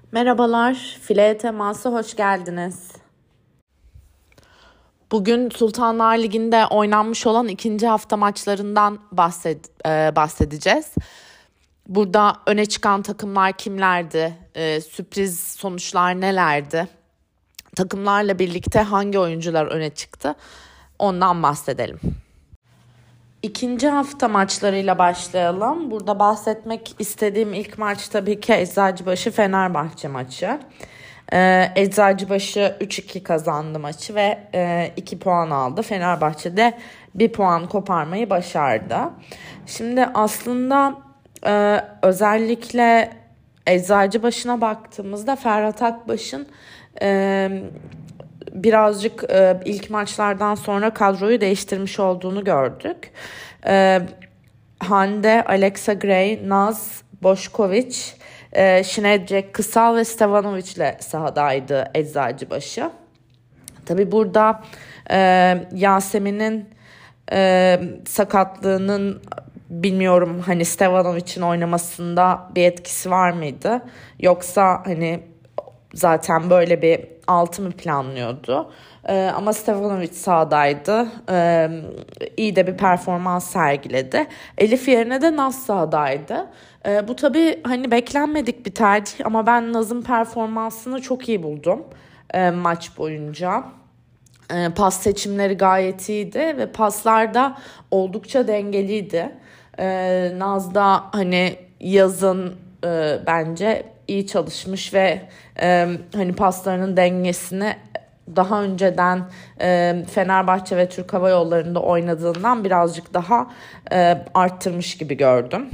Merhabalar, Fileye Temas'a hoş geldiniz. Bugün Sultanlar Ligi'nde oynanmış olan ikinci hafta maçlarından bahsedeceğiz. Burada öne çıkan takımlar kimlerdi? Sürpriz sonuçlar nelerdi? Takımlarla birlikte hangi oyuncular öne çıktı? Ondan bahsedelim. İkinci hafta maçlarıyla başlayalım. Burada bahsetmek istediğim ilk maç tabii ki Eczacıbaşı-Fenerbahçe maçı. Eczacıbaşı 3-2 kazandı maçı ve 2 puan aldı. Fenerbahçe de 1 puan koparmayı başardı. Şimdi aslında özellikle Eczacıbaşı'na baktığımızda Ferhat Akbaş'ın birazcık ilk maçlardan sonra kadroyu değiştirmiş olduğunu gördük. Hande, Alexa Gray, Naz, Boşkovic, Şinecek, Kısal ve Stevanovic ile sahadaydı Eczacıbaşı. Tabii burada Yasemin'in sakatlığının bilmiyorum hani Stevanovic'in oynamasında bir etkisi var mıydı? Yoksa hani zaten böyle bir altı mı planlıyordu? Ama Stevanovic sahadaydı. İyi de bir performans sergiledi. Elif yerine de Naz sahadaydı. Bu tabii hani beklenmedik bir tercih ama ben Naz'ın performansını çok iyi buldum maç boyunca. Pas seçimleri gayet iyiydi ve paslar da oldukça dengeliydi. Naz da hani yazın bence iyi çalışmış ve hani paslarının dengesini daha önceden Fenerbahçe ve Türk Hava Yolları'nda oynadığından birazcık daha arttırmış gibi gördüm.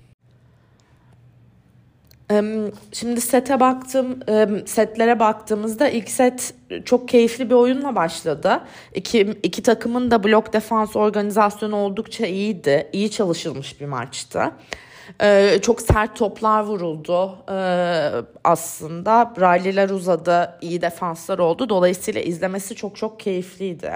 Şimdi setlere baktığımızda ilk set çok keyifli bir oyunla başladı. İki takımın da blok defans organizasyonu oldukça iyiydi. İyi çalışılmış bir maçtı. Çok sert toplar vuruldu aslında. Ralliler uzadı, iyi defanslar oldu. Dolayısıyla izlemesi çok çok keyifliydi.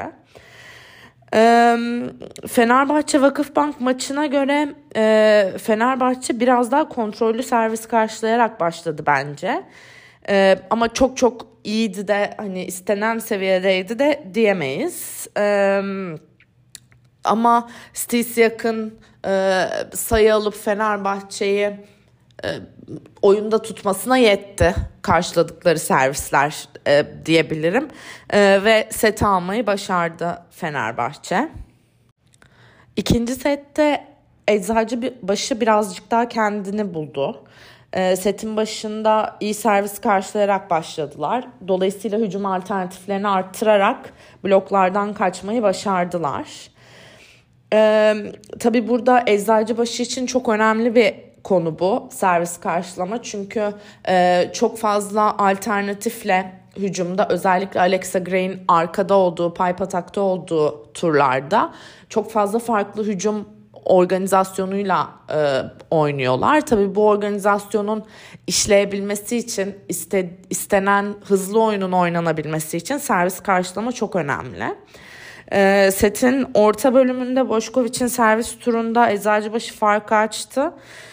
Fenerbahçe Vakıfbank maçına göre Fenerbahçe biraz daha kontrollü servis karşılayarak başladı bence. Ama çok çok iyiydi de hani istenen seviyedeydi de diyemeyiz. Ama Staceyak'ın sayı alıp Fenerbahçe'yi oyunda tutmasına yetti karşıladıkları servisler diyebilirim. Ve seti almayı başardı Fenerbahçe. İkinci sette Eczacıbaşı birazcık daha kendini buldu. Setin başında iyi servis karşılayarak başladılar. Dolayısıyla hücum alternatiflerini arttırarak bloklardan kaçmayı başardılar. Tabii burada Eczacıbaşı için çok önemli bir konu bu servis karşılama. Çünkü çok fazla alternatifle hücumda özellikle Alexa Gray'in arkada olduğu, pipe atakta olduğu turlarda çok fazla farklı hücum organizasyonuyla oynuyorlar. Tabii bu organizasyonun işleyebilmesi için istenen hızlı oyunun oynanabilmesi için servis karşılama çok önemli. Setin orta bölümünde Boşkoviç'in servis turunda Eczacıbaşı farkı açtı.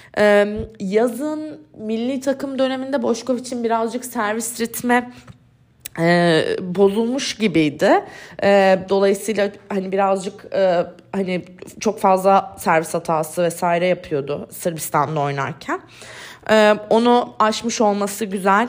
Yazın milli takım döneminde Boşkoviç'in birazcık servis ritmi bozulmuş gibiydi. Dolayısıyla hani birazcık hani çok fazla servis hatası vesaire yapıyordu Sırbistan'da oynarken. Onu aşmış olması güzel.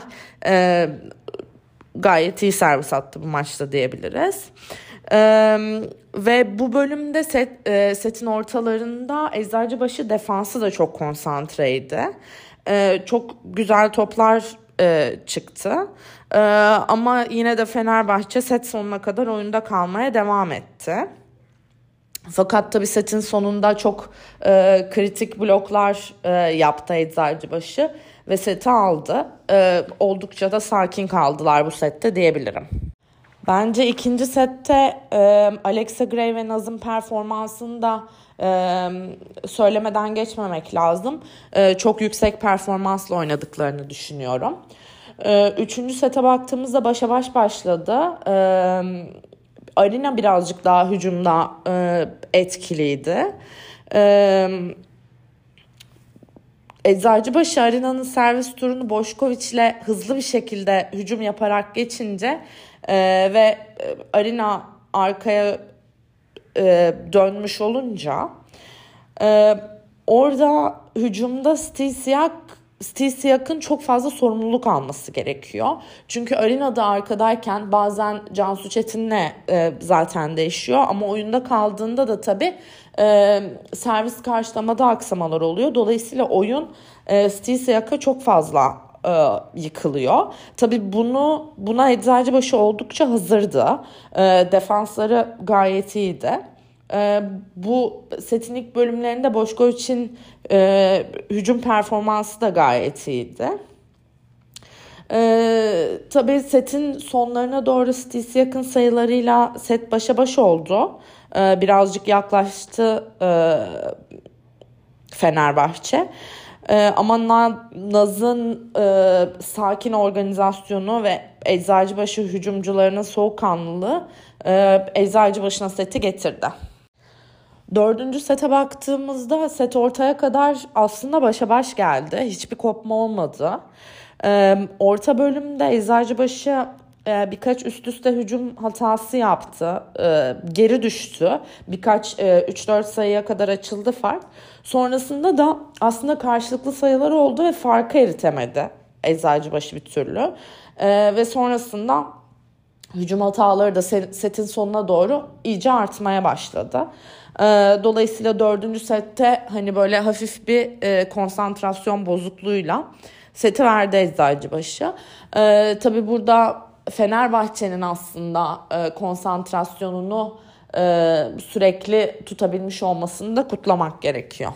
Gayet iyi servis attı bu maçta diyebiliriz. Ve bu bölümde setin ortalarında Eczacıbaşı defansı da çok konsantreydi. Çok güzel toplar çıktı. Ama yine de Fenerbahçe set sonuna kadar oyunda kalmaya devam etti. Fakat tabii setin sonunda çok kritik bloklar yaptı Eczacıbaşı ve seti aldı. Oldukça da sakin kaldılar bu sette diyebilirim. Bence ikinci sette Alexa Gray ve Naz'ın performansını da söylemeden geçmemek lazım. Çok yüksek performansla oynadıklarını düşünüyorum. Üçüncü sete baktığımızda başa baş başladı. Arina birazcık daha hücumda etkiliydi. Eczacıbaşı Arina'nın servis turunu Boşkoviç'le hızlı bir şekilde hücum yaparak geçince ve Arina arkaya dönmüş olunca orada hücumda Stysiak'ın çok fazla sorumluluk alması gerekiyor. Çünkü Arina da arkadayken bazen Cansu Çetin'le zaten değişiyor ama oyunda kaldığında da tabii servis karşılamada aksamalar oluyor. Dolayısıyla oyun Stysiak'a çok fazla yıkılıyor. Tabii buna Eczacıbaşı oldukça hazırdı. Defansları gayet iyiydi. Bu setin ilk bölümlerinde Boşkoviç'in hücum performansı da gayet iyiydi. Tabii setin sonlarına doğru Stysiak'ın sayılarıyla set başa baş oldu. Birazcık yaklaştı Fenerbahçe. Ama Naz'ın sakin organizasyonu ve Eczacıbaşı hücumcularının soğukkanlılığı Eczacıbaşı'na seti getirdi. 4. sete baktığımızda set ortaya kadar aslında başa baş geldi. Hiçbir kopma olmadı. Orta bölümde Eczacıbaşı birkaç üst üste hücum hatası yaptı. Geri düştü. Birkaç 3-4 sayıya kadar açıldı fark. Sonrasında da aslında karşılıklı sayılar oldu ve farkı eritemedi Eczacıbaşı bir türlü. Ve sonrasında hücum hataları da setin sonuna doğru iyice artmaya başladı. Dolayısıyla 4. sette hani böyle hafif bir konsantrasyon bozukluğuyla seti verdi Eczacıbaşı. Tabii burada Fenerbahçe'nin aslında konsantrasyonunu sürekli tutabilmiş olmasını da kutlamak gerekiyor.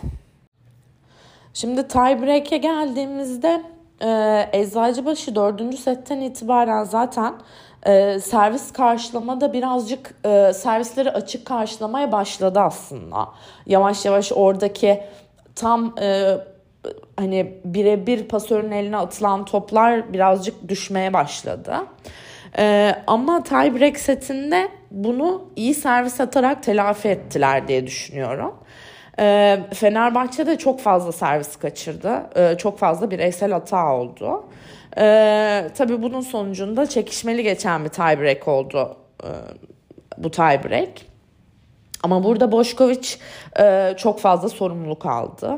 Şimdi tiebreak'e geldiğimizde Eczacıbaşı 4. setten itibaren zaten servis karşılamada birazcık servisleri açık karşılamaya başladı aslında. Yavaş yavaş oradaki tam hani birebir pasörün eline atılan toplar birazcık düşmeye başladı. Ama tiebreak setinde bunu iyi servis atarak telafi ettiler diye düşünüyorum. Fenerbahçe de çok fazla servis kaçırdı. Çok fazla bireysel hata oldu. Tabii bunun sonucunda çekişmeli geçen bir tiebreak oldu bu tiebreak. Ama burada Boşkoviç çok fazla sorumluluk aldı.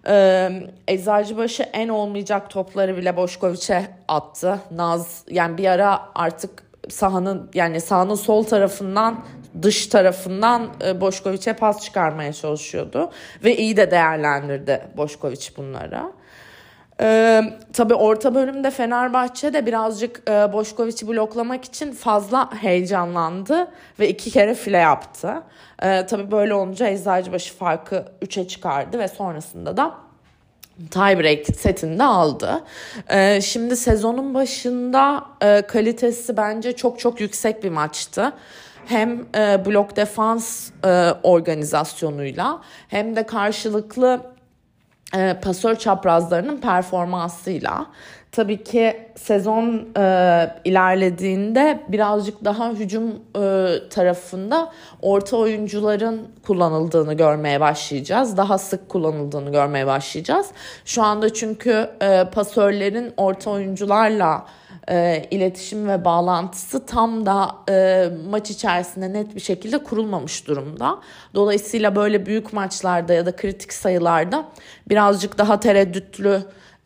Eczacıbaşı en olmayacak topları bile Boşkoviç'e attı. Naz yani bir ara artık sahanın sol tarafından dış tarafından Boşkoviç'e pas çıkarmaya çalışıyordu. Ve iyi de değerlendirdi Boşkoviç bunları. Tabii orta bölümde Fenerbahçe de birazcık Boşkoviç'i bloklamak için fazla heyecanlandı ve 2 kere file yaptı. Tabii böyle olunca Eczacıbaşı farkı 3'e çıkardı ve sonrasında da tiebreak setinde aldı. Şimdi sezonun başında kalitesi bence çok çok yüksek bir maçtı. Hem blok defans organizasyonuyla hem de karşılıklı pasör çaprazlarının performansıyla. Tabii ki sezon ilerlediğinde birazcık daha hücum tarafında orta oyuncuların kullanıldığını görmeye başlayacağız. Daha sık kullanıldığını görmeye başlayacağız. Şu anda çünkü pasörlerin orta oyuncularla iletişim ve bağlantısı tam da maç içerisinde net bir şekilde kurulmamış durumda. Dolayısıyla böyle büyük maçlarda ya da kritik sayılarda birazcık daha tereddütlü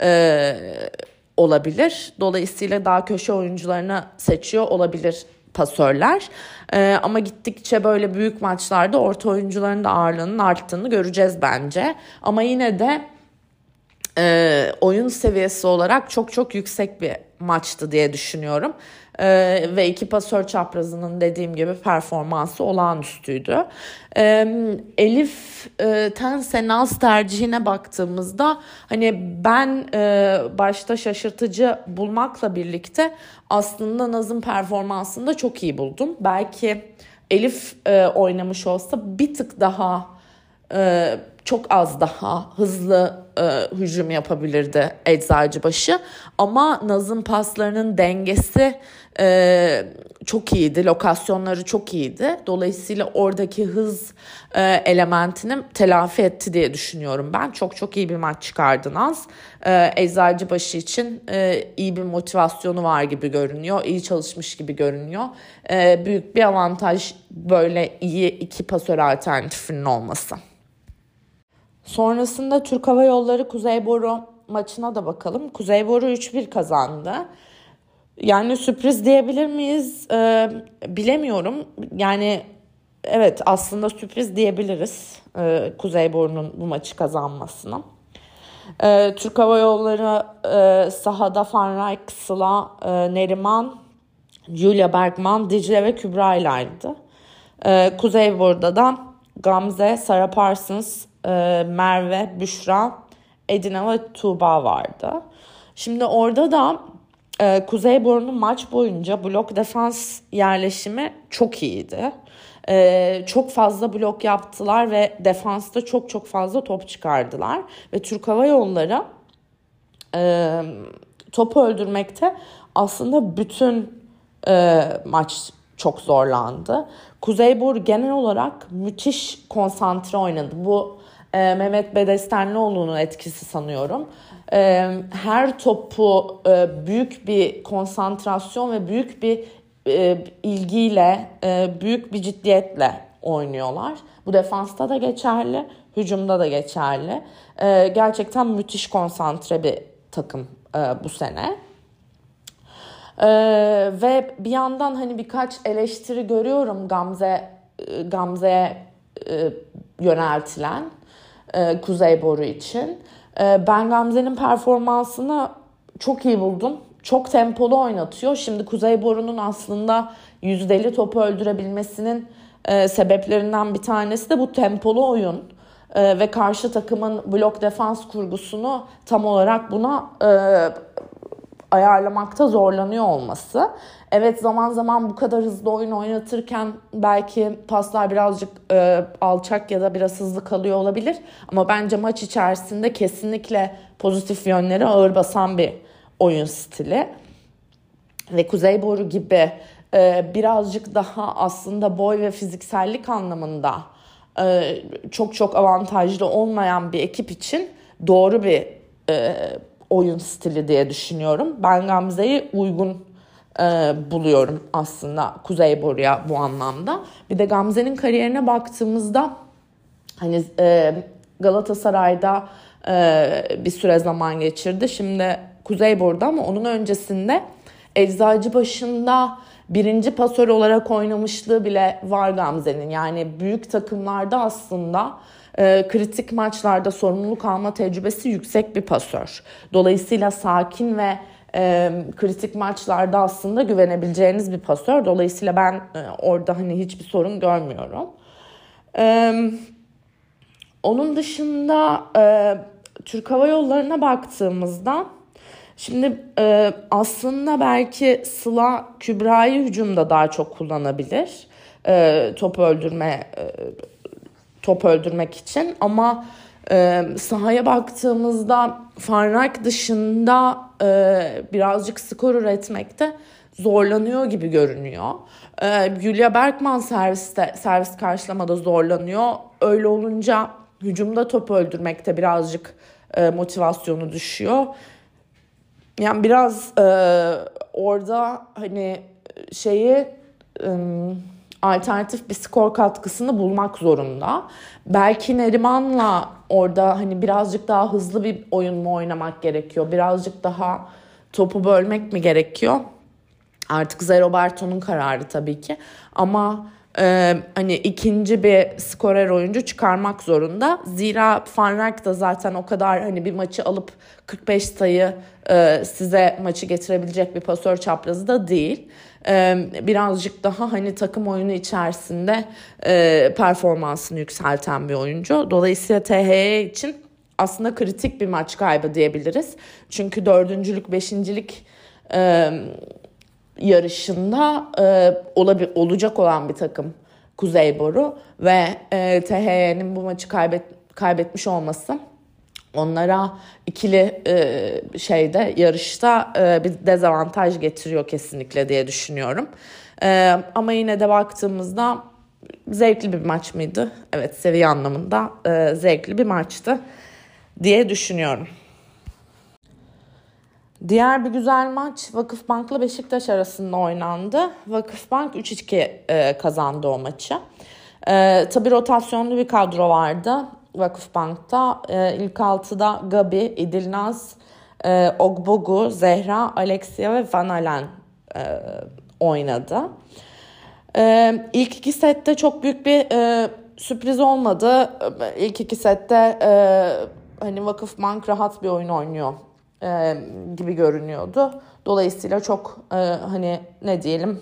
olabilir. Dolayısıyla daha köşe oyuncularını seçiyor olabilir pasörler. Ama gittikçe böyle büyük maçlarda orta oyuncuların da ağırlığının arttığını göreceğiz bence. Ama yine de oyun seviyesi olarak çok çok yüksek bir maçtı diye düşünüyorum. Ve 2 pasör çaprazının dediğim gibi performansı olağanüstüydü. Elif Tense Naz tercihine baktığımızda hani ben başta şaşırtıcı bulmakla birlikte aslında Naz'ın performansını da çok iyi buldum. Belki Elif oynamış olsa bir tık daha çok az daha hızlı hücum yapabilirdi Eczacıbaşı. Ama Naz'ın paslarının dengesi çok iyiydi. Lokasyonları çok iyiydi. Dolayısıyla oradaki hız elementini telafi etti diye düşünüyorum ben. Çok çok iyi bir maç çıkardı Naz. Eczacıbaşı için iyi bir motivasyonu var gibi görünüyor. İyi çalışmış gibi görünüyor. Büyük bir avantaj böyle iyi iki pasör alternatifinin olması. Sonrasında Türk Hava Yolları Kuzeyboru maçına da bakalım. Kuzeyboru 3-1 kazandı. Yani sürpriz diyebilir miyiz? Bilemiyorum. Yani evet, aslında sürpriz diyebiliriz Kuzeyboru'nun bu maçı kazanmasına. Türk Hava Yolları sahada Van Rijk, Sıla, Neriman, Julia Bergman, Dicle ve Kübra ilaydı. Kuzeyboru'da da Gamze, Sarah Parsons, Merve, Büşra, Edina ve Tuğba vardı. Şimdi orada da Kuzeyboru'nun maç boyunca blok defans yerleşimi çok iyiydi. Çok fazla blok yaptılar ve defansta çok çok fazla top çıkardılar. Ve Türk Hava Yolları top öldürmekte aslında bütün maç çok zorlandı. Kuzeyboru genel olarak müthiş konsantre oynadı. Bu Mehmet Bedestenlioğlu'nun etkisi sanıyorum. Her topu büyük bir konsantrasyon ve büyük bir ilgiyle, büyük bir ciddiyetle oynuyorlar. Bu defansta da geçerli, hücumda da geçerli. Gerçekten müthiş konsantre bir takım bu sene. Ve bir yandan hani birkaç eleştiri görüyorum Gamze'ye yöneltilen Kuzeyboru için. Ben Gamze'nin performansını çok iyi buldum. Çok tempolu oynatıyor. Şimdi Kuzeyboru'nun aslında yüzdeli topu öldürebilmesinin sebeplerinden bir tanesi de bu tempolu oyun. Ve karşı takımın blok defans kurgusunu tam olarak buna ayarlamakta zorlanıyor olması. Evet, zaman zaman bu kadar hızlı oyun oynatırken belki paslar birazcık alçak ya da biraz hızlı kalıyor olabilir. Ama bence maç içerisinde kesinlikle pozitif yönleri ağır basan bir oyun stili. Ve Kuzeyboru gibi birazcık daha aslında boy ve fiziksellik anlamında çok çok avantajlı olmayan bir ekip için doğru bir oyun stili diye düşünüyorum. Ben Gamze'yi uygun buluyorum aslında Kuzeyboru'ya bu anlamda. Bir de Gamze'nin kariyerine baktığımızda hani Galatasaray'da bir süre zaman geçirdi. Şimdi Kuzeyboru'da ama onun öncesinde Eczacıbaşı'nda birinci pasör olarak oynamışlığı bile var Gamze'nin. Yani büyük takımlarda aslında kritik maçlarda sorumluluk alma tecrübesi yüksek bir pasör. Dolayısıyla sakin ve kritik maçlarda aslında güvenebileceğiniz bir pasör. Dolayısıyla ben orada hani hiçbir sorun görmüyorum. Onun dışında Türk Hava Yolları'na baktığımızda şimdi aslında belki Sıla Kübra'yı hücumda daha çok kullanabilir. Top öldürmek için, ama sahaya baktığımızda Van Rijk dışında birazcık skor üretmekte zorlanıyor gibi görünüyor. Julia Bergman servis karşılamada zorlanıyor. Öyle olunca hücumda top öldürmekte birazcık motivasyonu düşüyor. Yani biraz orada hani alternatif bir skor katkısını bulmak zorunda. Belki Neriman'la orada hani birazcık daha hızlı bir oyun mu oynamak gerekiyor? Birazcık daha topu bölmek mi gerekiyor? Artık Zé Roberto'nun kararı tabii ki. Ama hani ikinci bir skorer oyuncu çıkarmak zorunda. Zira Van Rijk da zaten o kadar hani bir maçı alıp 45 sayı size maçı getirebilecek bir pasör çaprazı da değil. Birazcık daha hani takım oyunu içerisinde performansını yükselten bir oyuncu. Dolayısıyla THY için aslında kritik bir maç kaybı diyebiliriz. Çünkü dördüncülük, beşincilik yarışında olacak olan bir takım Kuzeyboru ve THY'nin bu maçı kaybetmiş olması onlara ikili yarışta bir dezavantaj getiriyor kesinlikle diye düşünüyorum. Ama yine de baktığımızda zevkli bir maç mıydı? Evet, seviye anlamında zevkli bir maçtı diye düşünüyorum. Diğer bir güzel maç Vakıfbank'la Beşiktaş arasında oynandı. Vakıfbank 3-2 kazandı o maçı. Tabii rotasyonlu bir kadro vardı Vakıfbank'ta. İlk 6'da Gabi, İdilnaz, Ogbogu, Zehra, Alexia ve Van Alen oynadı. İlk 2 sette çok büyük bir sürpriz olmadı. İlk 2 sette hani Vakıfbank rahat bir oyun oynuyor gibi görünüyordu. Dolayısıyla çok hani ne diyelim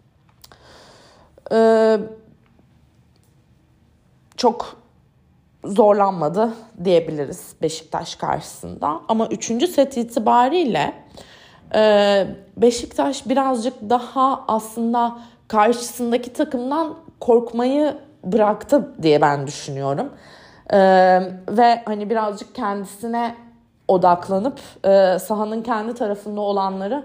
çok zorlanmadı diyebiliriz Beşiktaş karşısında. Ama 3. set itibariyle Beşiktaş birazcık daha aslında karşısındaki takımdan korkmayı bıraktı diye ben düşünüyorum. Ve hani birazcık kendisine odaklanıp sahanın kendi tarafında olanları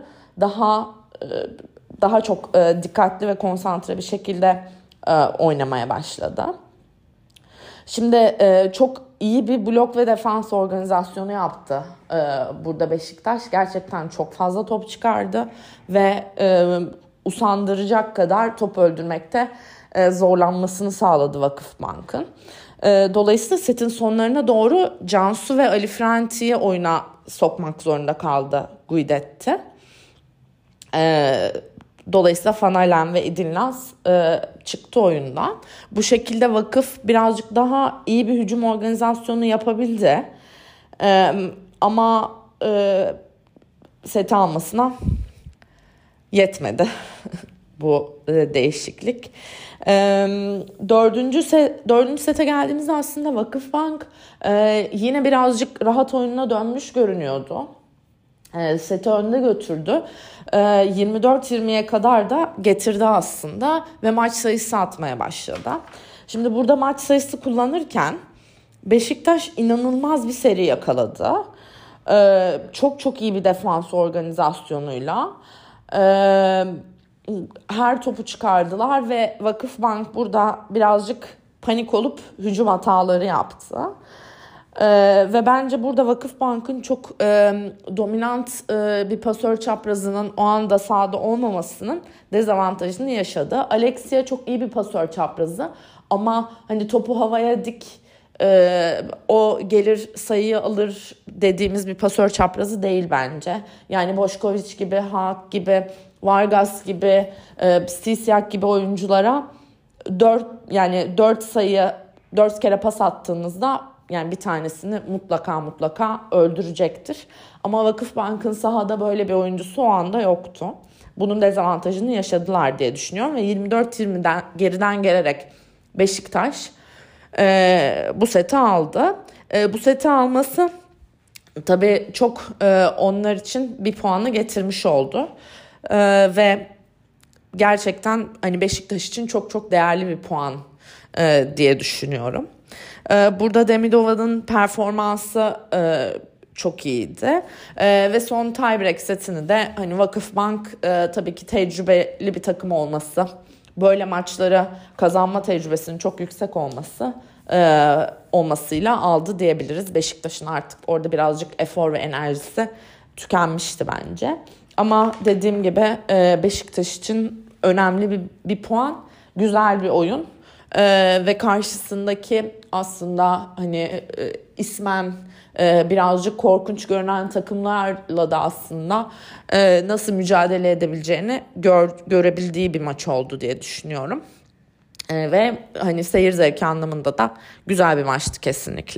daha çok dikkatli ve konsantre bir şekilde oynamaya başladı. Şimdi çok iyi bir blok ve defans organizasyonu yaptı burada Beşiktaş. Gerçekten çok fazla top çıkardı ve usandıracak kadar top öldürmekte zorlanmasını sağladı Vakıfbank'ın. Dolayısıyla setin sonlarına doğru Cansu ve Ali Frenti'yi oyuna sokmak zorunda kaldı Guidetti. Dolayısıyla Van Alen ve İdilnaz çıktı oyundan. Bu şekilde Vakıf birazcık daha iyi bir hücum organizasyonu yapabildi. Ama seti almasına yetmedi bu değişiklik. Dördüncü sete geldiğimizde aslında Vakıfbank yine birazcık rahat oyununa dönmüş görünüyordu. Seti önde götürdü. 24-20'ye kadar da getirdi aslında ve maç sayısı atmaya başladı. Şimdi burada maç sayısı kullanırken Beşiktaş inanılmaz bir seri yakaladı. Çok iyi bir defans organizasyonuyla her topu çıkardılar ve Vakıfbank burada birazcık panik olup hücum hataları yaptı. Ve bence burada Vakıfbank'ın çok dominant bir pasör çaprazının o anda sahada olmamasının dezavantajını yaşadı. Alexia çok iyi bir pasör çaprazı ama hani topu havaya dik o gelir sayıyı alır dediğimiz bir pasör çaprazı değil bence. Yani Bošković gibi, Haak gibi, Vargas gibi, Stisiak gibi oyunculara 4 sayı 4 kere pas attığınızda yani bir tanesini mutlaka öldürecektir. Ama Vakıfbank'ın sahada böyle bir oyuncusu o anda yoktu. Bunun dezavantajını yaşadılar diye düşünüyorum ve 24-20'den geriden gelerek Beşiktaş bu seti aldı. Bu seti alması tabii çok onlar için bir puanı getirmiş oldu. Ve gerçekten hani Beşiktaş için çok değerli bir puan diye düşünüyorum. Burada Demidova'nın performansı çok iyiydi. Ve son tiebreak setini de hani Vakıfbank tabii ki tecrübeli bir takım olması, böyle maçları kazanma tecrübesinin çok yüksek olmasıyla aldı diyebiliriz. Beşiktaş'ın artık orada birazcık efor ve enerjisi tükenmişti bence. Ama dediğim gibi Beşiktaş için önemli bir puan, güzel bir oyun. Ve karşısındaki aslında hani ismen birazcık korkunç görünen takımlarla da aslında nasıl mücadele edebileceğini görebildiği bir maç oldu diye düşünüyorum. Ve hani seyir zevki anlamında da güzel bir maçtı kesinlikle.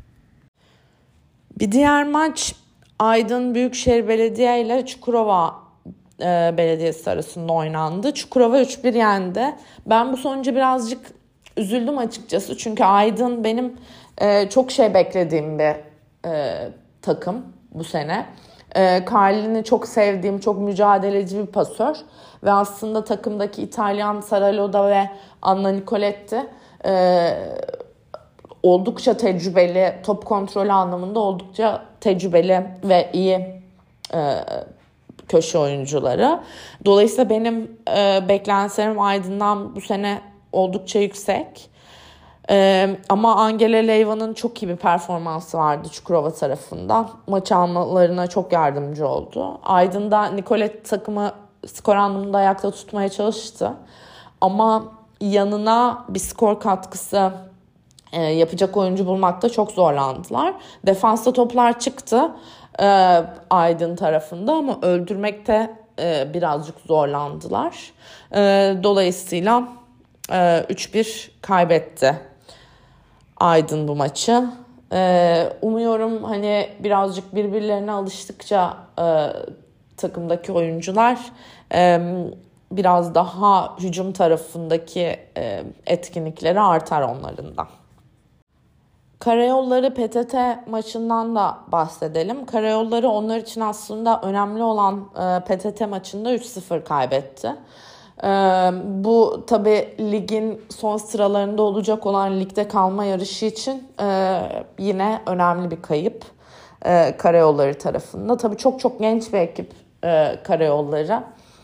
Bir diğer maç Aydın Büyükşehir Belediye ile Çukurova Belediyesi arasında oynandı. Çukurova 3-1 yendi. Ben bu sonuca birazcık üzüldüm açıkçası. Çünkü Aydın benim çok beklediğim bir takım bu sene. Carlin'i çok sevdiğim, çok mücadeleci bir pasör. Ve aslında takımdaki İtalyan Sara Loda ve Anna Nicoletti oldukça tecrübeli, top kontrolü anlamında oldukça tecrübeli ve iyi köşe oyuncuları. Dolayısıyla benim beklentilerim Aydın'dan bu sene oldukça yüksek. Ama Angela Leivan'ın çok iyi bir performansı vardı Çukurova tarafından. Maç almalarına çok yardımcı oldu. Aydın'da Nicolet takımı skor anlamında ayakta tutmaya çalıştı. Ama yanına bir skor katkısı yapacak oyuncu bulmakta çok zorlandılar. Defansta toplar çıktı Aydın tarafında ama öldürmekte birazcık zorlandılar. Dolayısıyla 3-1 kaybetti Aydın bu maçı. Umuyorum hani birazcık birbirlerine alıştıkça takımdaki oyuncular biraz daha hücum tarafındaki etkinlikleri artar onların da. Karayolları PTT maçından da bahsedelim. Karayolları onlar için aslında önemli olan PTT maçında 3-0 kaybetti. Bu tabii ligin son sıralarında olacak olan ligde kalma yarışı için yine önemli bir kayıp Karayolları tarafında. Tabii çok çok genç bir ekip Karayolları.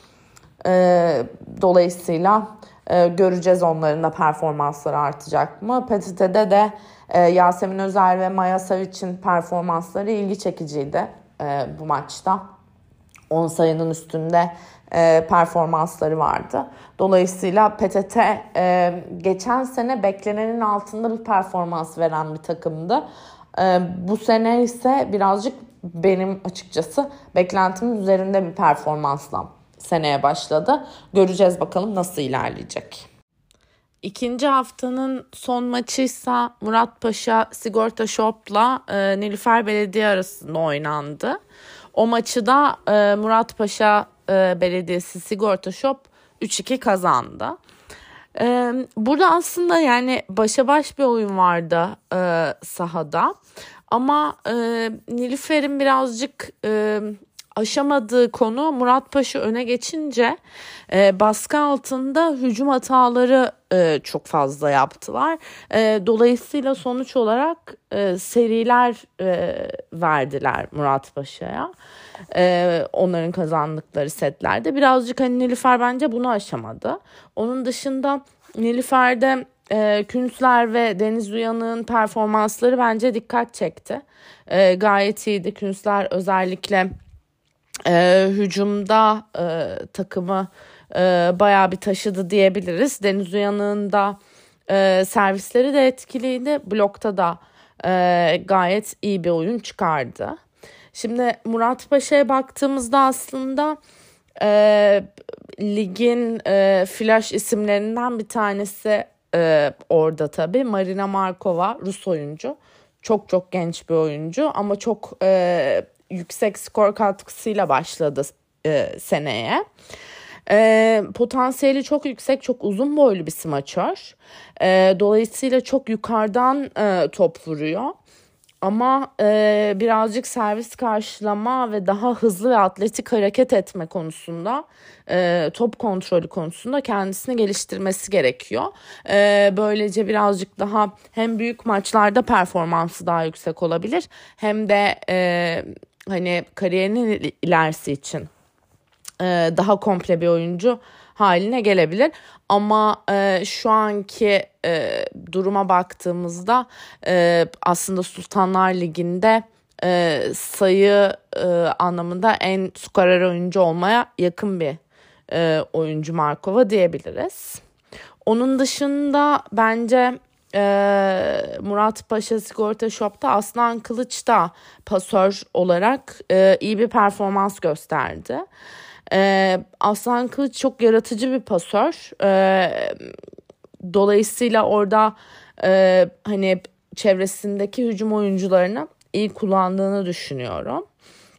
Dolayısıyla göreceğiz onların da performansları artacak mı? PTT'de de Yasemin Özer ve Maya Savic'in performansları ilgi çekiciydi bu maçta. 10 sayının üstünde performansları vardı. Dolayısıyla PTT geçen sene beklenenin altında bir performans veren bir takımdı. Bu sene ise birazcık benim açıkçası beklentimin üzerinde bir performansla seneye başladı. Göreceğiz bakalım nasıl ilerleyecek. İkinci haftanın son maçıysa Muratpaşa Sigorta Shop'la Nilüfer Belediye arasında oynandı. O maçı da Muratpaşa Belediyesi Sigorta Shop 3-2 kazandı. Burada aslında yani başa baş bir oyun vardı sahada. Ama Nilüfer'in birazcık aşamadığı konu Muratpaşa öne geçince baskı altında hücum hataları çok fazla yaptılar. Dolayısıyla sonuç olarak seriler verdiler Muratpaşa'ya. Onların kazandıkları setlerde. Birazcık hani Nilüfer bence bunu aşamadı. Onun dışında Nilüfer'de Künzler ve Deniz Uyanık'ın performansları bence dikkat çekti. Gayet iyiydi. Künzler özellikle hücumda takımı bayağı bir taşıdı diyebiliriz. Deniz Uyanık'ın da servisleri de etkiliydi. Blokta da gayet iyi bir oyun çıkardı. Şimdi Muratpaşa'ya baktığımızda aslında ligin flash isimlerinden bir tanesi orada tabii. Marina Markova, Rus oyuncu. Çok çok genç bir oyuncu ama çok yüksek skor katkısıyla başladı seneye. Potansiyeli çok yüksek, çok uzun boylu bir smaçör. Dolayısıyla çok yukarıdan top vuruyor. Ama birazcık servis karşılama ve daha hızlı ve atletik hareket etme konusunda, top kontrolü konusunda kendisini geliştirmesi gerekiyor. Böylece birazcık daha hem büyük maçlarda performansı daha yüksek olabilir hem de hani kariyerinin ilerisi için daha komple bir oyuncu haline gelebilir. Ama şu anki duruma baktığımızda aslında Sultanlar Ligi'nde sayı anlamında en skorer oyuncu olmaya yakın bir oyuncu Markova diyebiliriz. Onun dışında bence Muratpaşa Sigorta Shop'ta Aslan Kılıç da pasör olarak iyi bir performans gösterdi. Aslan Kılıç çok yaratıcı bir pasör. Dolayısıyla orada hani çevresindeki hücum oyuncularını iyi kullandığını düşünüyorum.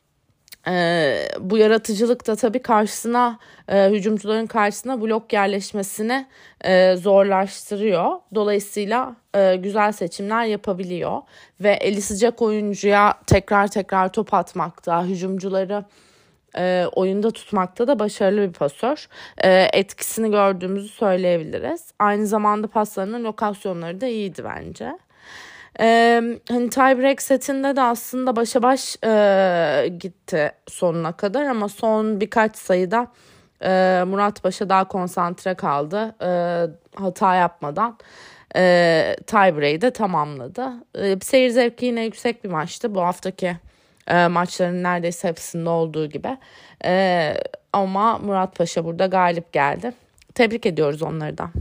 Bu yaratıcılık da tabii karşısına hücumcuların karşısına blok yerleşmesini zorlaştırıyor. Dolayısıyla güzel seçimler yapabiliyor ve eli sıcak oyuncuya tekrar top atmakta, hücumcuları oyunda tutmakta da başarılı bir pasör. Etkisini gördüğümüzü söyleyebiliriz. Aynı zamanda paslarının lokasyonları da iyiydi bence. Hani tiebreak setinde de aslında başa baş gitti sonuna kadar ama son birkaç sayıda Murat Paşa daha konsantre kaldı. Hata yapmadan tiebreak'i de tamamladı. Seyir zevki yine yüksek bir maçtı. Bu haftaki maçların neredeyse hepsinde olduğu gibi. Ama Murat Paşa burada galip geldi. Tebrik ediyoruz onları da.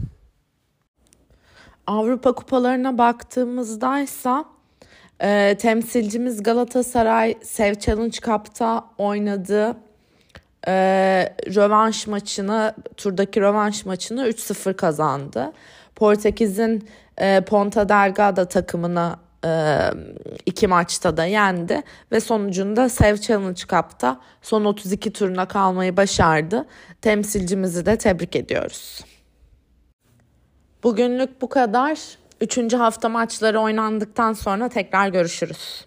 Avrupa kupalarına baktığımızdaysa temsilcimiz Galatasaray Sev Challenge Cup'ta oynadığı turdaki rövanş maçını 3-0 kazandı. Portekiz'in Ponta Delgada takımını 2 maçta da yendi ve sonucunda Sev Challenge Cup'ta son 32 turuna kalmayı başardı. Temsilcimizi de tebrik ediyoruz. Bugünlük bu kadar. 3. hafta maçları oynandıktan sonra tekrar görüşürüz.